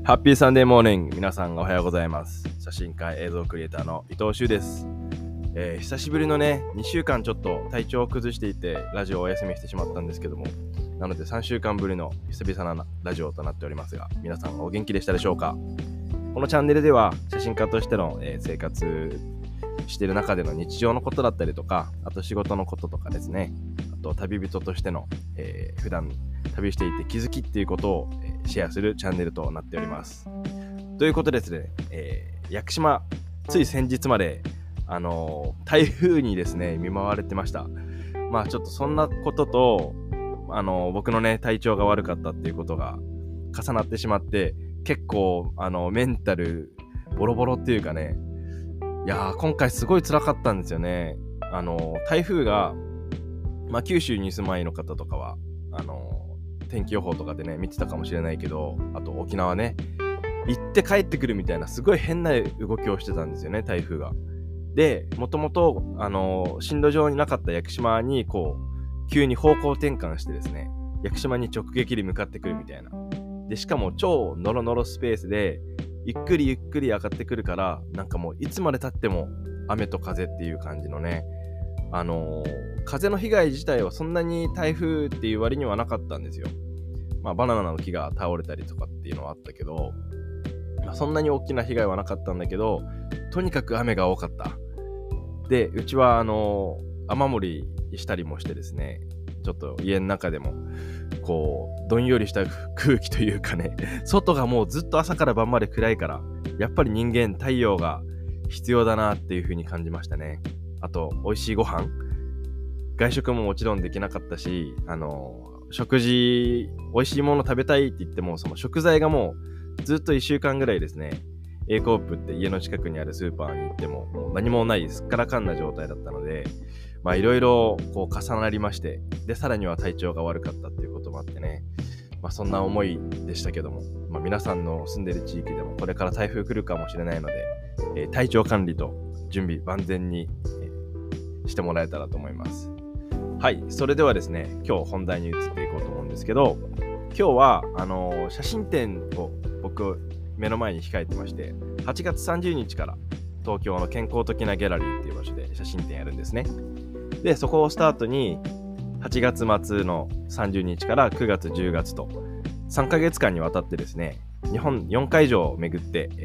ハッピーサンデーモーニング、皆さんおはようございます。写真家映像クリエイターの伊藤修です。久しぶりのね、2週間ちょっと体調を崩していてラジオをお休みしてしまったんですけども、なので3週間ぶりの久々なラジオとなっておりますが、皆さんお元気でしたでしょうか。このチャンネルでは写真家としての、生活している中での日常のことだったりとか、あと仕事のこととかですね、あと旅人としての、普段旅していて気づきっていうことを、シェアするチャンネルとなっております。ということでですね、屋久島つい先日まで台風にですね見舞われてました。まあちょっとそんなことと僕のね体調が悪かったっていうことが重なってしまって、結構メンタルボロボロっていうかね、いやー今回すごい辛かったんですよね。台風が、九州に住まいの方とかは天気予報とかでね見てたかもしれないけど、あと沖縄ね行って帰ってくるみたいなすごい変な動きをしてたんですよね、台風が。で、もともと進路上になかった屋久島にこう急に方向転換してですね、屋久島に直撃で向かってくるみたいな。でしかも超ノロノロスペースでゆっくりゆっくり上がってくるから、なんかもういつまで経っても雨と風っていう感じのね、風の被害自体はそんなに台風っていう割にはなかったんですよ。バナナの木が倒れたりとかっていうのはあったけど、そんなに大きな被害はなかったんだけど、とにかく雨が多かった。で、うちは雨漏りしたりもしてですね、ちょっと家の中でもこうどんよりした空気というかね、外がもうずっと朝から晩まで暗いから、やっぱり人間太陽が必要だなっていう風に感じましたね。あと美味しいご飯、外食ももちろんできなかったし、食事美味しいもの食べたいって言っても、その食材がもうずっと1週間ぐらいですね、A コープって家の近くにあるスーパーに行ってももう何もないすっからかんな状態だったので、いろいろこう重なりまして、でさらには体調が悪かったっていうこともあってね、そんな思いでしたけども、皆さんの住んでる地域でもこれから台風来るかもしれないので、体調管理と準備万全に、してもらえたらと思います。はい、それではですね、今日本題に移っていこうと思うんですけど、今日は写真展を僕目の前に控えてまして、8月30日から東京の健康的なギャラリーっていう場所で写真展やるんですね。で、そこをスタートに8月末の30日から9月10月と3ヶ月間にわたってですね、日本4会場を巡って、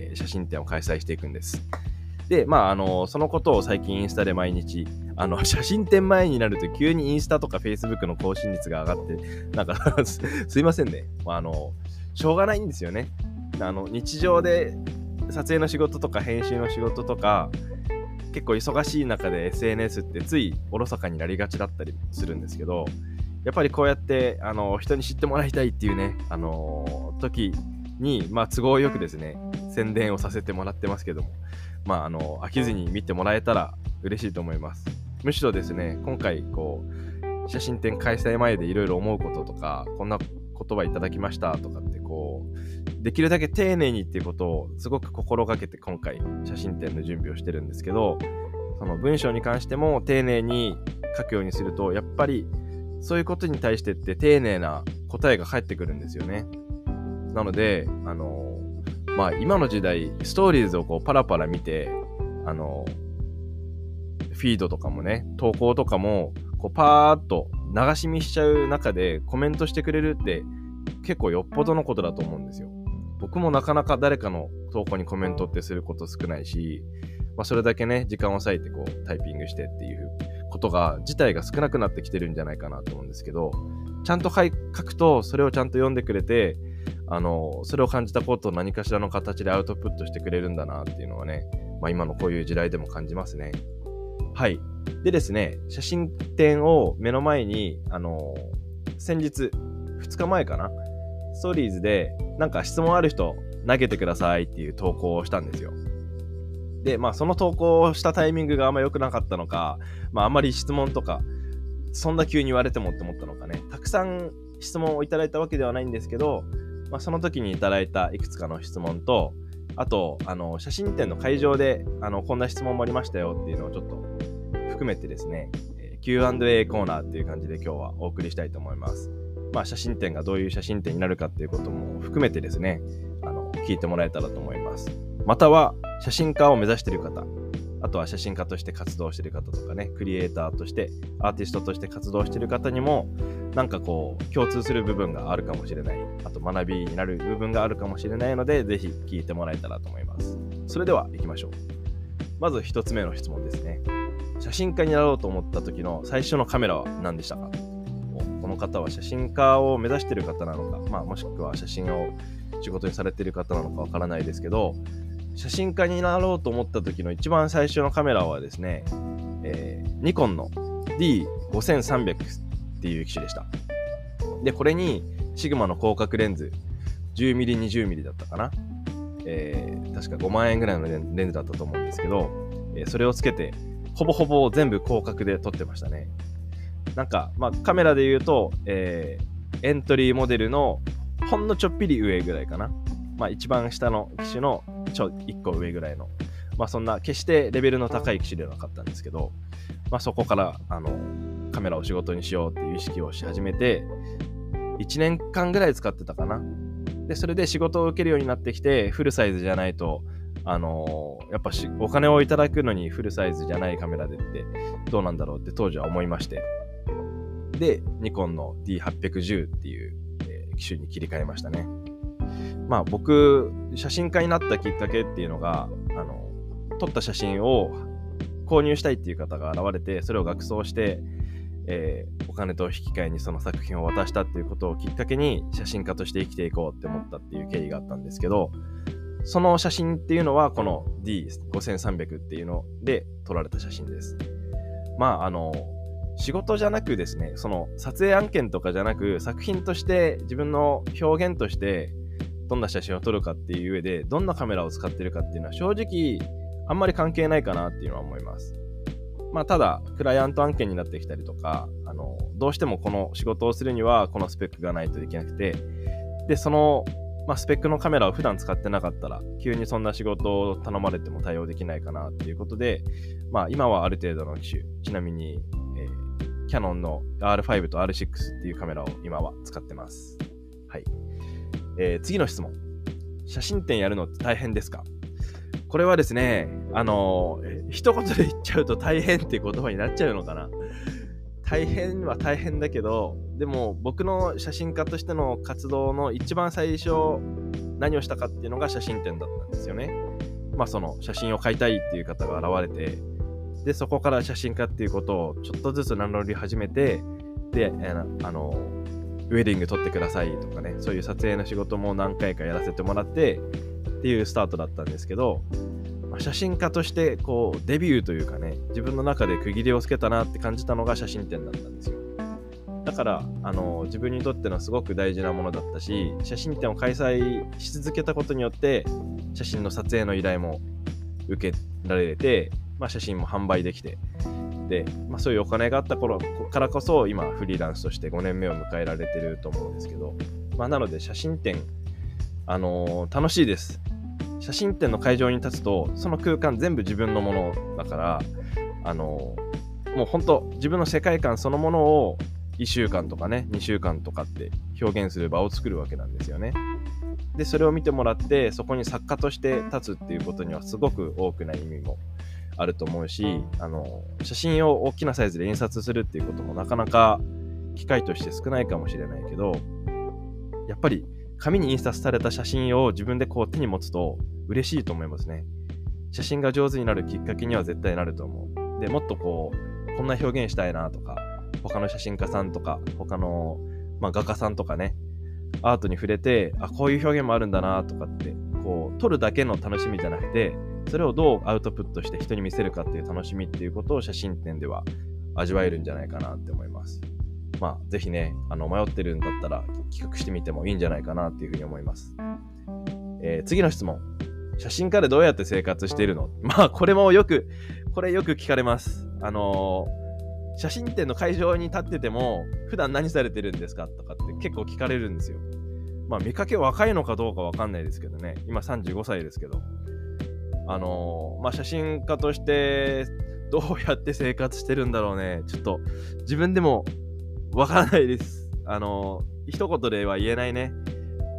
写真展を開催していくんです。で、そのことを最近インスタで毎日写真展前になると急にインスタとかフェイスブックの更新率が上がって、なんかすいませんね、しょうがないんですよね。日常で撮影の仕事とか編集の仕事とか結構忙しい中で SNS ってついおろそかになりがちだったりするんですけど、やっぱりこうやって人に知ってもらいたいっていうね、時に都合よくですね宣伝をさせてもらってますけども、飽きずに見てもらえたら嬉しいと思います。むしろですね、今回こう写真展開催前でいろいろ思うこととか、こんな言葉いただきましたとかってこうできるだけ丁寧にっていうことをすごく心がけて今回写真展の準備をしてるんですけど、その文章に関しても丁寧に書くようにすると、やっぱりそういうことに対してって丁寧な答えが返ってくるんですよね。なので今の時代ストーリーズをこうパラパラ見てフィードとかもね、投稿とかもこうパーッと流し見しちゃう中でコメントしてくれるって結構よっぽどのことだと思うんですよ。僕もなかなか誰かの投稿にコメントってすること少ないし、それだけね時間を割いてこうタイピングしてっていうことが自体が少なくなってきてるんじゃないかなと思うんですけど、ちゃんと書くとそれをちゃんと読んでくれて、それを感じたことを何かしらの形でアウトプットしてくれるんだなっていうのはね、今のこういう時代でも感じますね。はい。でですね、写真展を目の前に先日2日前かな、ストーリーズでなんか質問ある人投げてくださいっていう投稿をしたんですよ。で、その投稿をしたタイミングがあんま良くなかったのか、あんまり質問とかそんな急に言われてもって思ったのかね、たくさん質問をいただいたわけではないんですけど、その時にいただいたいくつかの質問と、あと写真展の会場でこんな質問もありましたよっていうのをちょっと含めてですね、Q&A コーナーっていう感じで今日はお送りしたいと思います。写真展がどういう写真展になるかっていうことも含めてですね、 聞いてもらえたらと思います。または写真家を目指している方、あとは写真家として活動している方とかね、クリエイターとしてアーティストとして活動している方にもなんかこう共通する部分があるかもしれない、あと学びになる部分があるかもしれないので、ぜひ聞いてもらえたらと思います。それでは行きましょう。まず一つ目の質問ですね。写真家になろうと思った時の最初のカメラは何でしたか？この方は写真家を目指している方なのか、もしくは写真を仕事にされている方なのかわからないですけど、写真家になろうと思った時の一番最初のカメラはですね、ニコンの D5300 っていう機種でした。で、これにシグマの広角レンズ 10mm、20mm だったかな、確か5万円ぐらいのレンズだったと思うんですけど、それをつけてほぼほぼ全部広角で撮ってましたね。なんか、カメラで言うと、エントリーモデルのほんのちょっぴり上ぐらいかな。一番下の機種の1個上ぐらいの、そんな決してレベルの高い機種ではなかったんですけど、そこからカメラを仕事にしようっていう意識をし始めて、1年間ぐらい使ってたかな。で、それで仕事を受けるようになってきて、フルサイズじゃないと、やっぱお金をいただくのにフルサイズじゃないカメラでってどうなんだろうって当時は思いまして、で、ニコンの D810 っていう、機種に切り替えましたね。僕、写真家になったきっかけっていうのが、撮った写真を購入したいっていう方が現れて、それを額装して、お金と引き換えにその作品を渡したっていうことをきっかけに写真家として生きていこうって思ったっていう経緯があったんですけど、その写真っていうのはこの D5300 っていうので撮られた写真です。仕事じゃなくですね、その撮影案件とかじゃなく、作品として自分の表現としてどんな写真を撮るかっていう上で、どんなカメラを使ってるかっていうのは正直あんまり関係ないかなっていうのは思います。ただクライアント案件になってきたりとか、どうしてもこの仕事をするにはこのスペックがないとできなくて、でそのスペックのカメラを普段使ってなかったら急にそんな仕事を頼まれても対応できないかなっていうことで、今はある程度の機種、ちなみに、キヤノンの R5 と R6 っていうカメラを今は使ってます。はい。次の質問。写真展やるのって大変ですか？これはですね、一言で言っちゃうと大変って言葉になっちゃうのかな。大変は大変だけど、でも僕の写真家としての活動の一番最初何をしたかっていうのが写真展だったんですよね。その写真を買いたいっていう方が現れて、でそこから写真家っていうことをちょっとずつ名乗り始めて、でウェディング撮ってくださいとかね、そういう撮影の仕事も何回かやらせてもらってっていうスタートだったんですけど、写真家としてこうデビューというかね、自分の中で区切りをつけたなって感じたのが写真展だったんですよ。だから自分にとってのすごく大事なものだったし、写真展を開催し続けたことによって写真の撮影の依頼も受けられて、写真も販売できて、で、そういうお金があった頃からこそ今フリーランスとして5年目を迎えられてると思うんですけど、なので写真展楽しいです。写真展の会場に立つとその空間全部自分のものだから、もう本当自分の世界観そのものを1週間とかね2週間とかって表現する場を作るわけなんですよね。でそれを見てもらってそこに作家として立つっていうことにはすごく大きな意味もあると思うし、写真を大きなサイズで印刷するっていうこともなかなか機会として少ないかもしれないけど、やっぱり紙に印刷された写真を自分でこう手に持つと嬉しいと思いますね。写真が上手になるきっかけには絶対なると思う。でもっとこんな表現したいなとか、他の写真家さんとか他の、画家さんとかね、アートに触れてこういう表現もあるんだなとかって撮るだけの楽しみじゃなくて、それをどうアウトプットして人に見せるかっていう楽しみっていうことを写真展では味わえるんじゃないかなって思います。ぜひね迷ってるんだったら企画してみてもいいんじゃないかなっていうふうに思います。次の質問。写真家でどうやって生活しているの？これよく聞かれます。写真展の会場に立ってても普段何されてるんですかとかって結構聞かれるんですよ。見かけ若いのかどうかわかんないですけどね、今35歳ですけど、写真家としてどうやって生活してるんだろうね。ちょっと自分でもわからないです。一言では言えないね。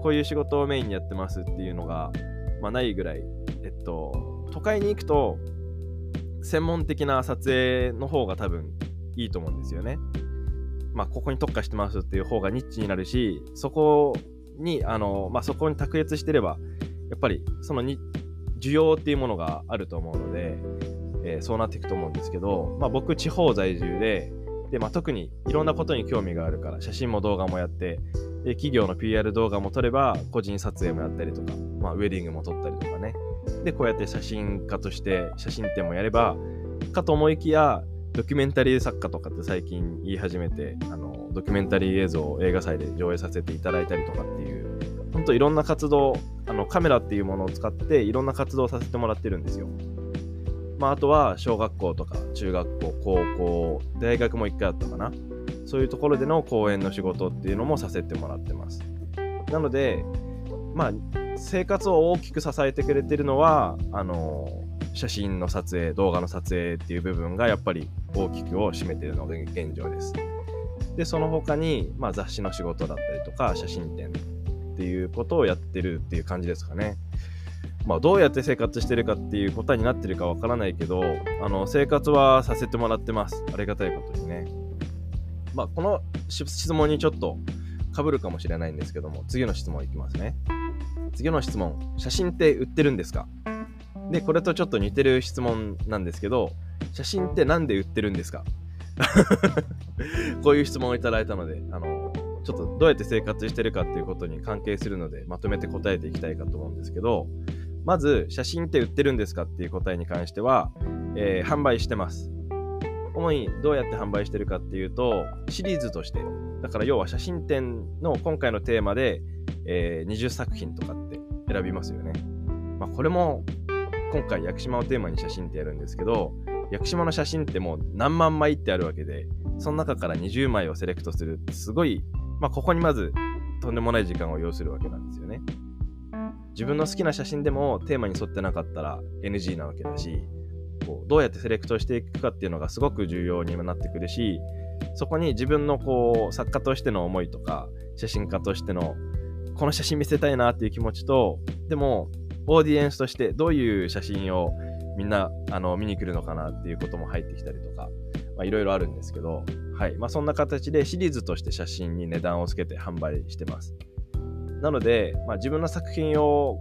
こういう仕事をメインにやってますっていうのが、ないぐらい、都会に行くと専門的な撮影の方が多分いいと思うんですよね。ここに特化してますっていう方がニッチになるし、そこにそこに卓越してればやっぱりその需要っていうものがあると思うので、そうなっていくと思うんですけど、僕地方在住で、特にいろんなことに興味があるから写真も動画もやって、で企業の PR 動画も撮れば個人撮影もやったりとか、ウェディングも撮ったりとかね、でこうやって写真家として写真展もやればかと思いきや、ドキュメンタリー作家とかって最近言い始めて、ドキュメンタリー映像を映画祭で上映させていただいたりとかっていう、本当いろんな活動、カメラっていうものを使っていろんな活動をさせてもらってるんですよ。あとは小学校とか中学校、高校、大学も一回あったかな、そういうところでの講演の仕事っていうのもさせてもらってます。なので生活を大きく支えてくれてるのは写真の撮影、動画の撮影っていう部分がやっぱり大きくを占めているのが現状です。でその他に、雑誌の仕事だったりとか写真展っていうことをやってるっていう感じですかね。どうやって生活してるかっていう答えになってるかわからないけど、生活はさせてもらってます。ありがたいことにね。この質問にちょっと被るかもしれないんですけども、次の質問いきますね。次の質問、写真って売ってるんですか？でこれとちょっと似てる質問なんですけど、写真ってなんで売ってるんですか？こういう質問をいただいたので、ちょっとどうやって生活してるかっていうことに関係するのでまとめて答えていきたいかと思うんですけど、まず写真って売ってるんですかっていう答えに関しては、販売してます。主にどうやって販売してるかっていうと、シリーズとして、だから要は写真展の今回のテーマで、20作品とかって選びますよね。これも今回屋久島をテーマに写真ってやるんですけど、屋久島の写真ってもう何万枚ってあるわけで、その中から20枚をセレクトするってすごい、ここにまずとんでもない時間を要するわけなんですよね。自分の好きな写真でもテーマに沿ってなかったら NG なわけだし、どうやってセレクトしていくかっていうのがすごく重要になってくるし、そこに自分の作家としての思いとか写真家としてのこの写真見せたいなっていう気持ちと、でもオーディエンスとしてどういう写真をみんな見に来るのかなっていうことも入ってきたりとか、いろいろあるんですけど、そんな形でシリーズとして写真に値段をつけて販売してます。なので、自分の作品を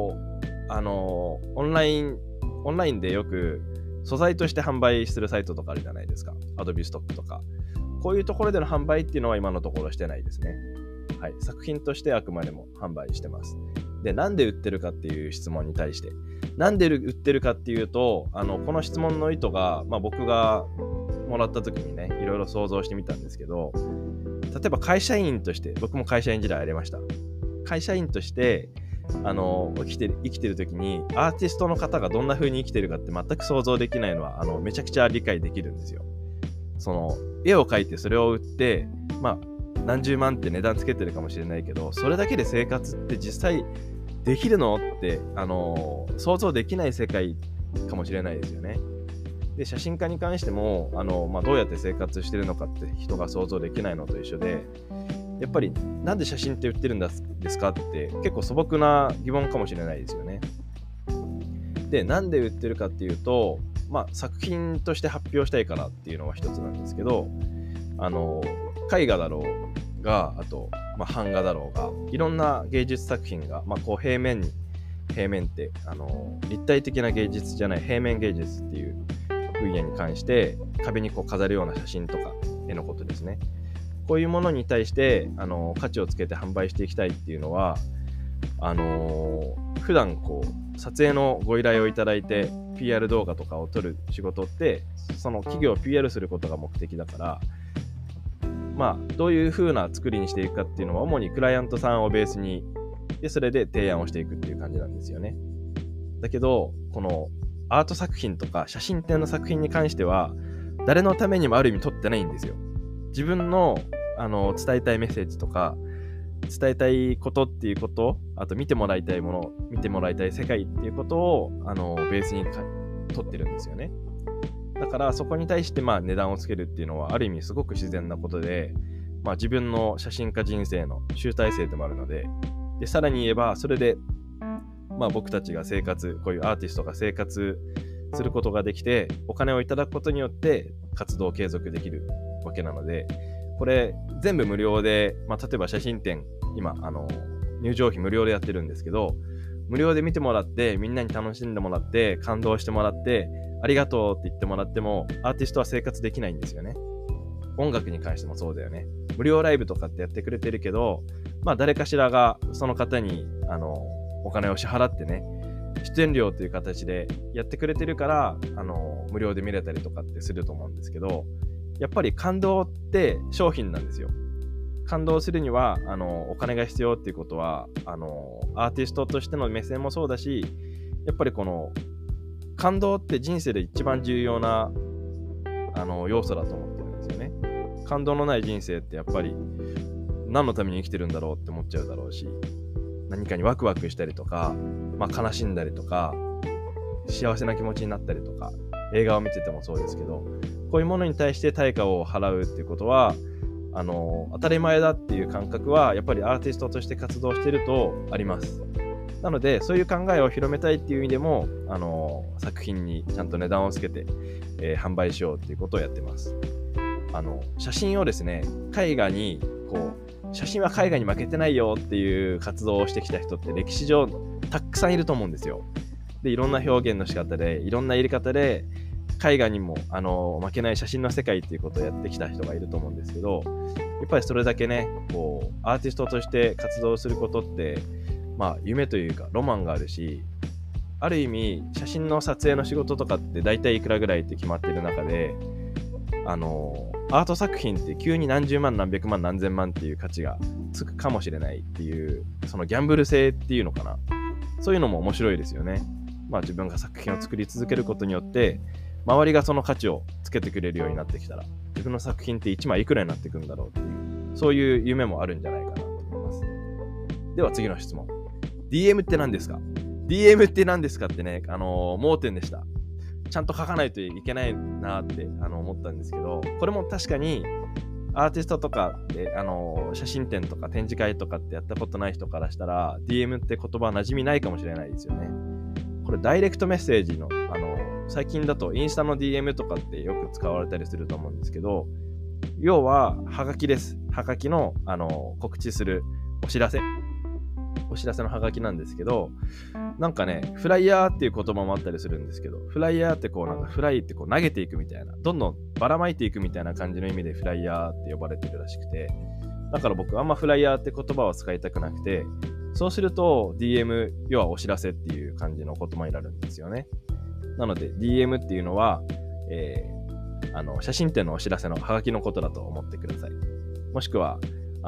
オンラインでよく素材として販売するサイトとかあるじゃないですか。Adobeストックとか。こういうところでの販売っていうのは今のところしてないですね。作品としてあくまでも販売してます。で、なんで売ってるかっていう質問に対して、なんで売ってるかっていうと、この質問の意図が、僕がもらった時にね、いろいろ想像してみたんですけど、例えば会社員として、僕も会社員時代ありました。会社員として生きてる時にアーティストの方がどんな風に生きてるかって全く想像できないのはめちゃくちゃ理解できるんですよ。その絵を描いてそれを売って何十万って値段つけてるかもしれないけど、それだけで生活って実際できるのって想像できない世界かもしれないですよね。で写真家に関してもどうやって生活してるのかって人が想像できないのと一緒で、やっぱりなんで写真って売ってるんですかって結構素朴な疑問かもしれないですよね。でなんで売ってるかっていうと、作品として発表したいからっていうのは一つなんですけど、絵画だろうが、あと、版画だろうが、いろんな芸術作品が、平面って立体的な芸術じゃない平面芸術っていう分野に関して壁に飾るような写真とか絵のことですね。こういうものに対して価値をつけて販売していきたいっていうのは普段撮影のご依頼をいただいて PR 動画とかを撮る仕事ってその企業を PR することが目的だから、どういう風な作りにしていくかっていうのは主にクライアントさんをベースにでそれで提案をしていくっていう感じなんですよね。だけどこのアート作品とか写真展の作品に関しては誰のためにもある意味撮ってないんですよ。自分の伝えたいメッセージとか伝えたいことっていうこと、あと見てもらいたいもの、見てもらいたい世界っていうことをベースに取ってるんですよね。だからそこに対して値段をつけるっていうのはある意味すごく自然なことで、自分の写真家人生の集大成でもあるので、 でさらに言えばそれで僕たちがこういうアーティストが生活することができて、お金をいただくことによって活動を継続できるわけなので、これ全部無料で、例えば写真展、今入場費無料でやってるんですけど、無料で見てもらって、みんなに楽しんでもらって、感動してもらって、ありがとうって言ってもらっても、アーティストは生活できないんですよね。音楽に関してもそうだよね。無料ライブとかってやってくれてるけど、誰かしらがその方にお金を支払ってね、出演料という形でやってくれてるから、無料で見れたりとかってすると思うんですけど、やっぱり感動って商品なんですよ。感動するにはお金が必要っていうことはアーティストとしての目線もそうだし、やっぱりこの感動って人生で一番重要な要素だと思ってるんですよね。感動のない人生ってやっぱり何のために生きてるんだろうって思っちゃうだろうし、何かにワクワクしたりとか、悲しんだりとか、幸せな気持ちになったりとか、映画を見ててもそうですけど、こういうものに対して対価を払うっていうことは当たり前だっていう感覚はやっぱりアーティストとして活動しているとあります。なのでそういう考えを広めたいっていう意味でも作品にちゃんと値段をつけて、販売しようっていうことをやってます。写真をですね、絵画に写真は絵画に負けてないよっていう活動をしてきた人って歴史上たくさんいると思うんですよ。でいろんな表現の仕方でいろんなやり方で絵画にも負けない写真の世界っていうことをやってきた人がいると思うんですけど、やっぱりそれだけねアーティストとして活動することって夢というかロマンがあるし、ある意味写真の撮影の仕事とかって大体いくらぐらいって決まってる中でアート作品って急に何十万何百万何千万っていう価値がつくかもしれないっていう、そのギャンブル性っていうのかな、そういうのも面白いですよね。自分が作品を作り続けることによって周りがその価値をつけてくれるようになってきたら、自分の作品って1枚いくらになっていくんだろうっていう、そういう夢もあるんじゃないかなと思います。では次の質問。DM って何ですか？ DM って何ですかってね、盲点でした。ちゃんと書かないといけないなって思ったんですけど、これも確かにアーティストとかで写真展とか展示会とかってやったことない人からしたら DM って言葉馴染みないかもしれないですよね。これダイレクトメッセージの最近だとインスタの DM とかってよく使われたりすると思うんですけど、要はハガキです。ハガキの告知するお知らせのハガキなんですけど、なんかねフライヤーっていう言葉もあったりするんですけど、フライヤーってなんかフライって投げていくみたいな、どんどんばらまいていくみたいな感じの意味でフライヤーって呼ばれてるらしくて、だから僕あんまフライヤーって言葉は使いたくなくて、そうすると DM 要はお知らせっていう感じの言葉になるんですよね。なので DM っていうのは、写真展のお知らせのハガキのことだと思ってください。もしくは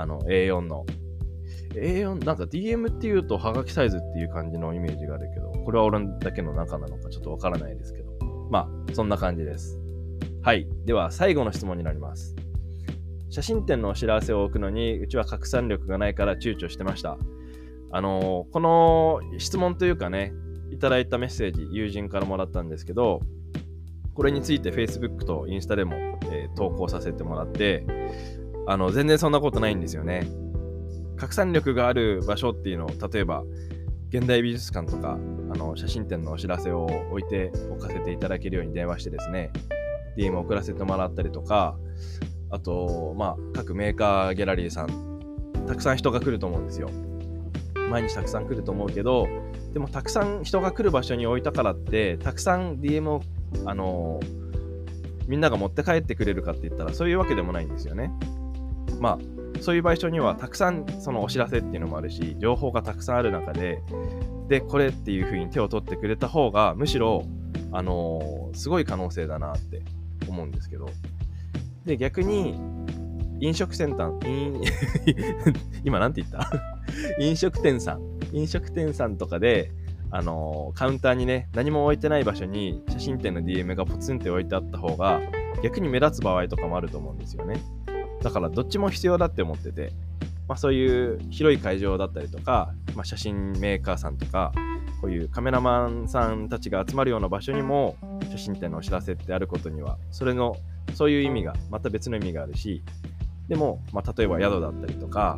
A4 のなんか DM っていうとハガキサイズっていう感じのイメージがあるけど、これは俺だけの中なのかちょっとわからないですけど、そんな感じです。はい、では最後の質問になります。写真展のお知らせを置くのにうちは拡散力がないから躊躇してました。この質問というかね、いただいたメッセージ友人からもらったんですけど、これについて Facebook とインスタでも、投稿させてもらって、全然そんなことないんですよね。拡散力がある場所っていうのを、例えば現代美術館とか写真展のお知らせを置かせていただけるように電話してですね、 DM を送らせてもらったりとか、あと各メーカーギャラリーさんたくさん人が来ると思うんですよ。毎日たくさん来ると思うけど、でもたくさん人が来る場所に置いたからってたくさん DM をみんなが持って帰ってくれるかって言ったらそういうわけでもないんですよね。そういう場所にはたくさんそのお知らせっていうのもあるし、情報がたくさんある中でこれっていう風に手を取ってくれた方がむしろすごい可能性だなって思うんですけど、で逆に飲食店さん今なんて言った飲食店さんとかでカウンターにね何も置いてない場所に写真展の DM がポツンって置いてあった方が逆に目立つ場合とかもあると思うんですよね。だからどっちも必要だって思ってて、そういう広い会場だったりとか、写真メーカーさんとかこういうカメラマンさんたちが集まるような場所にも写真展のお知らせってあることにはそういう意味がまた別の意味があるし、でも、例えば宿だったりとか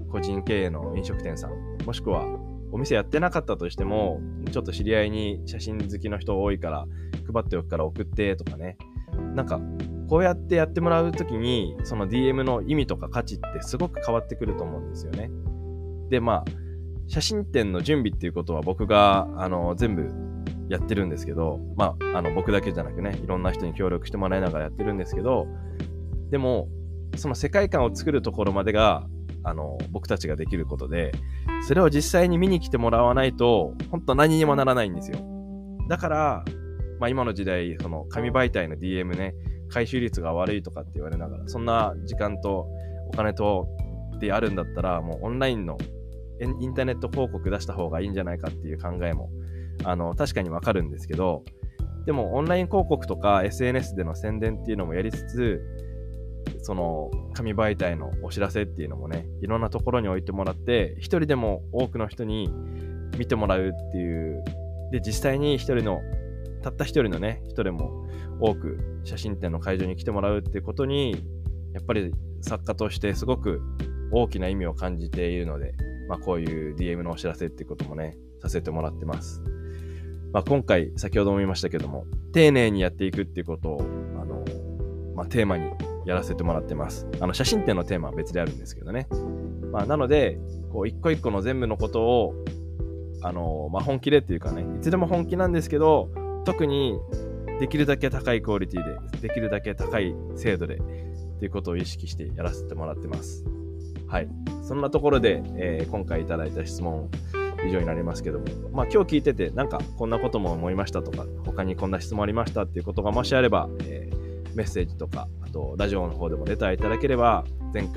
個人経営の飲食店さん、もしくはお店やってなかったとしても、ちょっと知り合いに写真好きの人多いから配っておくから送ってとかね、なんかこうやってやってもらうときにその DM の意味とか価値ってすごく変わってくると思うんですよね。で写真展の準備っていうことは僕が全部やってるんですけど、僕だけじゃなくね、いろんな人に協力してもらいながらやってるんですけど、でもその世界観を作るところまでが僕たちができることで、それを実際に見に来てもらわないと本当何にもならないんですよ。だから、今の時代その紙媒体の DM ね、回収率が悪いとかって言われながら、そんな時間とお金とであるんだったら、もうオンラインのインターネット広告出した方がいいんじゃないかっていう考えも確かにわかるんですけど、でもオンライン広告とか SNS での宣伝っていうのもやりつつ、その紙媒体のお知らせっていうのもね、いろんなところに置いてもらって、一人でも多くの人に見てもらうっていう、で実際にたった一人のね、人でも多く写真展の会場に来てもらうっていうことに、やっぱり作家としてすごく大きな意味を感じているので、こういう DM のお知らせっていうこともね、させてもらってます。今回先ほども言いましたけども、丁寧にやっていくっていうことをテーマにやらせてもらってます。写真展のテーマは別であるんですけどね。なので一個一個の全部のことを本気でっていうかね、いつでも本気なんですけど、特にできるだけ高いクオリティで、できるだけ高い精度でっていうことを意識してやらせてもらってます。はい、そんなところで、今回いただいた質問以上になりますけども、今日聞いててなんかこんなことも思いましたとか、他にこんな質問ありましたっていうことがもしあれば、メッセージとか、あとラジオの方でもレターいただければ、次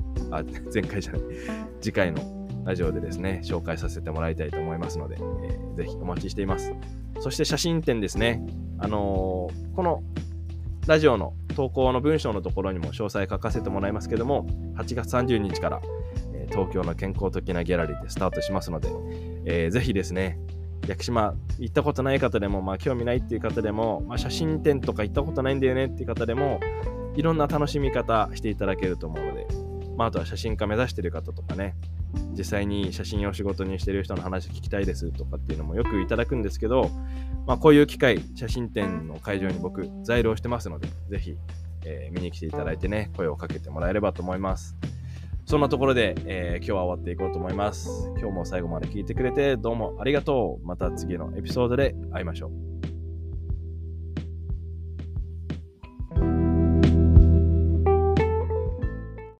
回のラジオでですね、紹介させてもらいたいと思いますので、ぜひお待ちしています。そして写真展ですね、このラジオの投稿の文章のところにも詳細書かせてもらいますけども、8月30日から、東京の健康的なギャラリーでスタートしますので、ぜひですね、屋久島行ったことない方でも、興味ないっていう方でも、写真展とか行ったことないんだよねっていう方でも、いろんな楽しみ方していただけると思うので、あとは写真家目指してる方とかね、実際に写真を仕事にしてる人の話聞きたいですとかっていうのもよくいただくんですけど、こういう機会、写真展の会場に僕在労してますので、ぜひ、見に来ていただいてね、声をかけてもらえればと思います。そんなところで、今日は終わっていこうと思います。今日も最後まで聞いてくれてどうもありがとう。また次のエピソードで会いましょう。